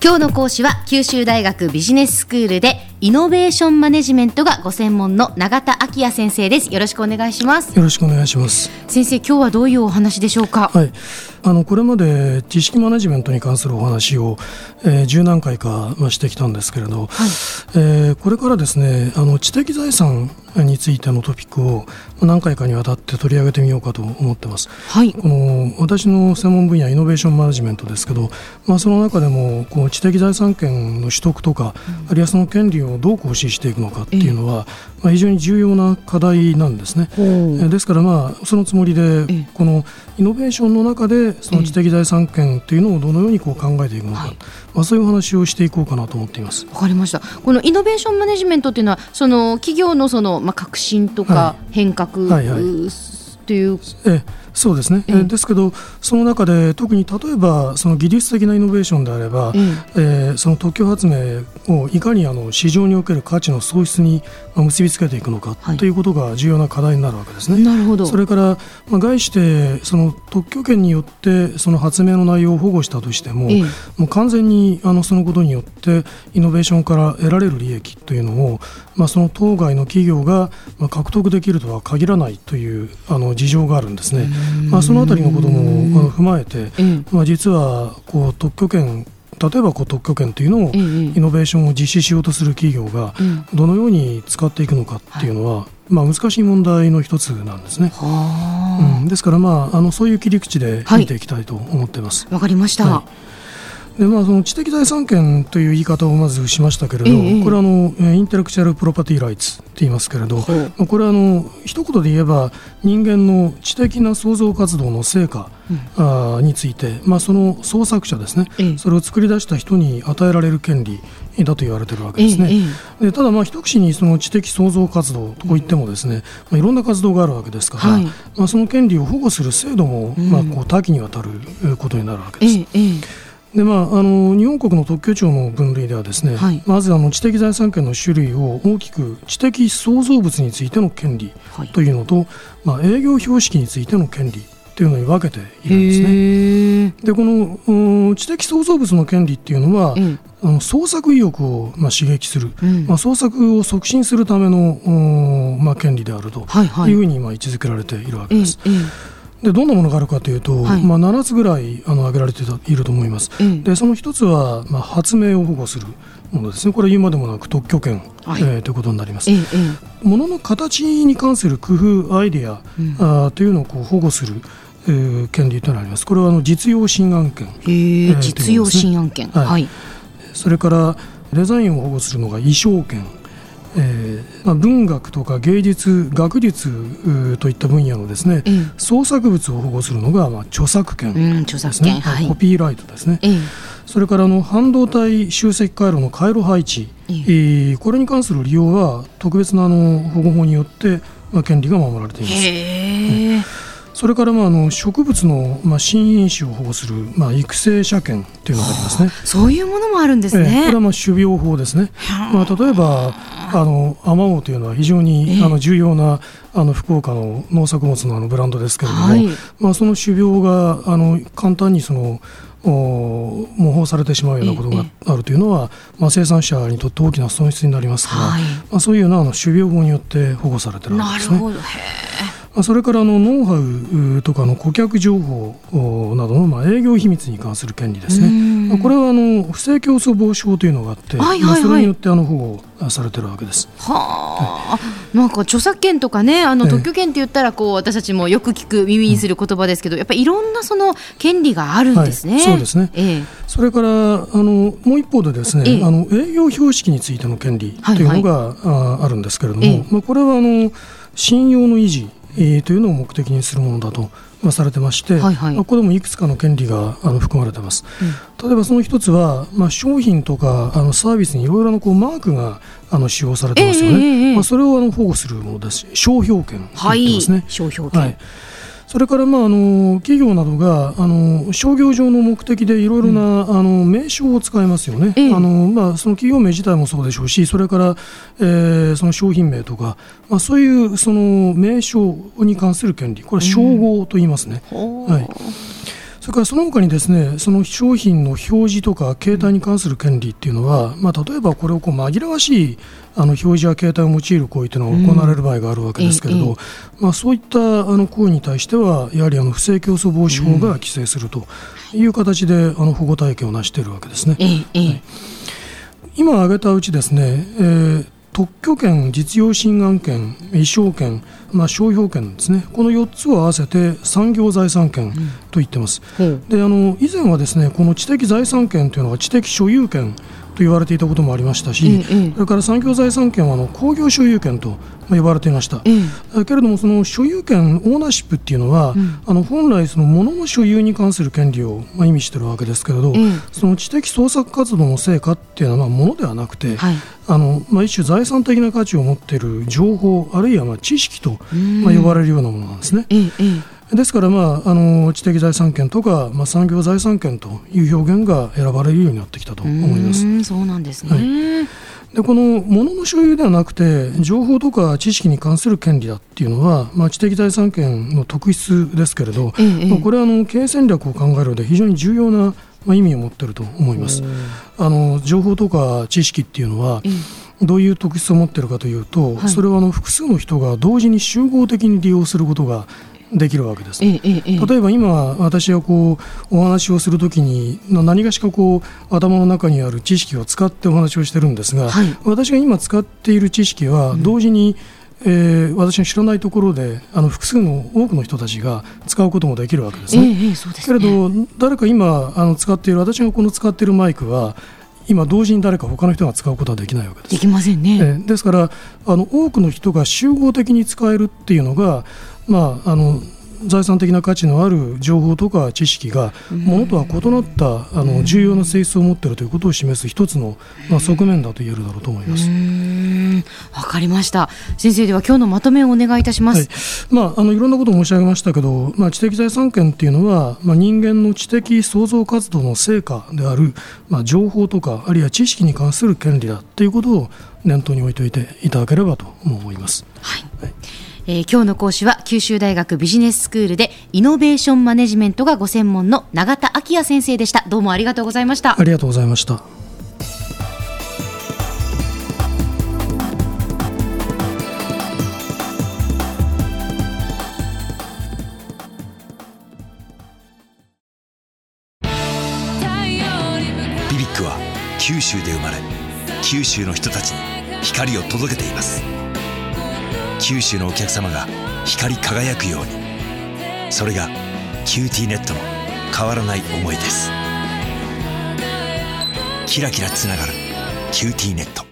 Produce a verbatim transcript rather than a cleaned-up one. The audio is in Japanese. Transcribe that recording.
今日の講師は九州大学ビジネススクールでイノベーションマネジメントがご専門の永田昭也先生です。よろしくお願いします。 よろしくお願いします。 先生、今日はどういうお話でしょうか。 はい、あのこれまで知識マネジメントに関するお話を、えー、十何回かしてきたんですけれど、はい、えー、これからですね、あの知的財産についてのトピックを何回かにわたって取り上げてみようかと思ってます。 はい、 この私の専門分野イノベーションマネジメントですけど、まあ、その中でもこう知的財産権の取得とか、うん、あるいはその権利をどう行使していくのかっていうのは、えーまあ、非常に重要な課題なんですね。えー、ですから、まあ、そのつもりで、えー、このイノベーションの中でその知的財産権というのをどのようにこう考えていくのか、はい、まあ、そういうお話をしていこうかなと思っています。 わかりました。このイノベーションマネジメントというのはその企業のその、まあ、革新とか変革、はいはいはい、という、 えそうですね、えー、ですけどその中で特に例えばその技術的なイノベーションであれば、えーえー、その特許発明をいかにあの市場における価値の創出に結びつけていくのか、はい、ということが重要な課題になるわけですね。 なるほど。 それから、まあ、概してその特許権によってその発明の内容を保護したとしても、えー、もう完全にあのそのことによってイノベーションから得られる利益というのを、まあ、その当該の企業が獲得できるとは限らないというあの事情があるんですね。まあ、そのあたりのことも踏まえて、まあ、実はこう特許権、例えばこう特許権というのをイノベーションを実施しようとする企業がどのように使っていくのかっていうのは、まあ、難しい問題の一つなんですね。うん、ですから、まあ、あのそういう切り口で見ていきたいと思っています。 わ、はい、かりました。はい、 でまあ、その知的財産権という言い方をまずしましたけれど、ええ、これはあのインテレクチャルプロパティライツと言いますけれど、まあ、これはあの一言で言えば人間の知的な創造活動の成果、うん、あについて、まあ、その創作者ですね、ええ、それを作り出した人に与えられる権利だと言われているわけですね。ええ、でただまあ一口にその知的創造活動といってもですね、まあ、いろんな活動があるわけですから、はい、まあ、その権利を保護する制度も、うん、まあ、こう多岐にわたることになるわけです。ええでまあ、あの日本国の特許庁の分類ではですね、はい、まずあの知的財産権の種類を大きく知的創造物についての権利というのと、はい、まあ、営業標識についての権利というのに分けているんですね。でこの知的創造物の権利っていうのは、うん、あの創作意欲を、まあ、刺激する、うん、まあ、創作を促進するための、まあ、権利であるというふうに、まあ、位置づけられているわけです。はいはい、でどんなものがあるかというと、はい、まあ、ななつぐらいあの挙げられていると思います。うん、でその一つは、まあ、発明を保護するものですね。これは言うまでもなく特許権、はい、えー、ということになります。ええ、ものの形に関する工夫アイデア、うん、あというのをこう保護する、えー、権利というのがあります。これはあの実用新案権、 えーえー、実用新案権、はいはい、 それからデザインを保護するのが意匠権、えーまあ、文学とか芸術学術といった分野のですね、うん、創作物を保護するのが、まあ、著作権ですね、うん、著作権、はい、コピーライトですね。うん、それからあの半導体集積回路の回路配置、うん、えー、これに関する利用は特別なあの保護法によって、まあ、権利が守られています。へー、それから、まあ、あの植物の、まあ、新品種を保護する、まあ、育成者権というのがありますね。 そういうものもあるんですね。 えー、これはまあ種苗法ですね。まあ、例えばあのアマオというのは非常に、えー、あの重要なあの福岡の農作物のあのブランドですけれども、はい、まあ、その種苗があの簡単にその模倣されてしまうようなことがあるというのは、えーまあ、生産者にとって大きな損失になりますから、はい、まあ、そういうようなあの種苗法によって保護されているわけですね。なるほど。へー。それからあのノウハウとかの顧客情報などのまあ営業秘密に関する権利ですね。これはあの不正競争防止法というのがあって、はいはいはい、まあ、それによってあの保護されているわけです。 はあ、はい、なんか著作権とかね、あの特許権って言ったらこう私たちもよく聞く耳にする言葉ですけど、うん、やっぱりいろんなその権利があるんですね。 はい、そうですね。ええ、それからあのもう一方でですね、ええ、あの営業標識についての権利というのが、はいはい、あ, あるんですけれども、ええ、まあ、これはあの信用の維持えー、というのを目的にするものだと、まあ、されてまして、はいはい、まあ、これもいくつかの権利があの含まれています。うん、例えばその一つは、まあ、商品とかあのサービスにいろいろなこうマークがあの使用されてますよね。えーえーまあ、それをあの保護するものですし、商標権と言ってますね。はい、商標権、はい、それから、まあ、あの企業などがあの商業上の目的でいろいろな、うん、あの名称を使いますよね。えーあのまあ、その企業名自体もそうでしょうし、それから、えー、その商品名とか、まあ、そういうその名称に関する権利、これは称号と言いますね。うん、はい、そそれからその他にですね、その商品の表示とか形態に関する権利っていうのは、まあ、例えばこれをこう紛らわしいあの表示や形態を用いる行為というのが行われる場合があるわけですけれど、うんええまあ、そういったあの行為に対してはやはりあの不正競争防止法が規制するという形であの保護体系を成しているわけですね。 ええはい、 今挙げたうちですね、えー特許権、実用新案権、意匠権、まあ、商標権ですね、このよっつを合わせて産業財産権と言っています、うん、であの以前はですねこの知的財産権というのは知的所有権と言われていたこともありましたし、うん、それから産業財産権はあの工業所有権と呼ばれていました、うん、けれどもその所有権、オーナーシップっていうのは、うん、あの本来その物の所有に関する権利を、まあ、意味しているわけですけれど、うん、その知的創作活動の成果っていうのはまあ物ではなくて、はいあのまあ、一種財産的な価値を持っている情報あるいはまあ知識と、まあ、呼ばれるようなものなんですね、うんうんですから、まあ、あの知的財産権とか、まあ、産業財産権という表現が選ばれるようになってきたと思います。 うんそうなんですね、はい、 でこの物の所有ではなくて情報とか知識に関する権利だっていうのは、まあ、知的財産権の特質ですけれど、ええまあ、これはあの経営戦略を考えるので非常に重要な、まあ、意味を持っていると思います。あの情報とか知識っていうのは、ええどういう特質を持っているかというと、はい、それはあの複数の人が同時に集合的に利用することができるわけです、えええ、例えば今私がこうお話をするときに何がしかこう頭の中にある知識を使ってお話をしてるんですが、はい、私が今使っている知識は同時に、うんえー、私の知らないところであの複数の多くの人たちが使うこともできるわけですね、ええそうですね。けれど誰か今あの使っている私がこの使っているマイクは今同時に誰か他の人が使うことはできないわけです。 できませんね、 えー、ですからあの多くの人が集合的に使えるっていうのが、まあ、あの財産的な価値のある情報とか知識がものとは異なったあの重要な性質を持っているということを示す一つの、まあ、側面だと言えるだろうと思います。 わかりました。先生では今日のまとめをお願いいたします。 はいまあ、あのいろんなことを申し上げましたけど、まあ、知的財産権っていうのは、まあ、人間の知的創造活動の成果である、まあ、情報とかあるいは知識に関する権利だということを念頭に置いておいていただければと思います。 はいはいえー、今日の講師は九州大学ビジネススクールでイノベーションマネジメントがご専門の永田昭也先生でした。どうもありがとうございました。 ありがとうございました。 ビビックは九州で生まれ九州の人たちに光を届けています。九州のお客様が光り輝くように、それがキューティーネットの変わらない思いです。キラキラつながるキューティーネット。